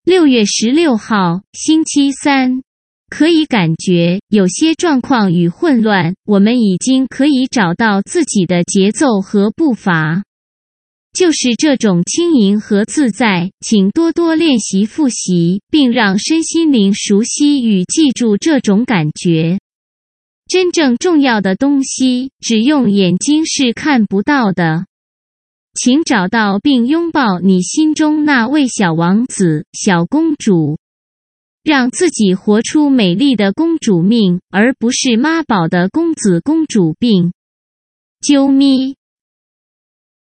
6月16号，星期三。可以感觉有些状况与混乱，我们已经可以找到自己的节奏和步伐。就是这种轻盈和自在，请多多练习复习，并让身心灵熟悉与记住这种感觉。真正重要的东西，只用眼睛是看不到的。请找到并拥抱你心中那位小王子、小公主。让自己活出美丽的公主命，而不是妈宝的公子公主病。啾咪。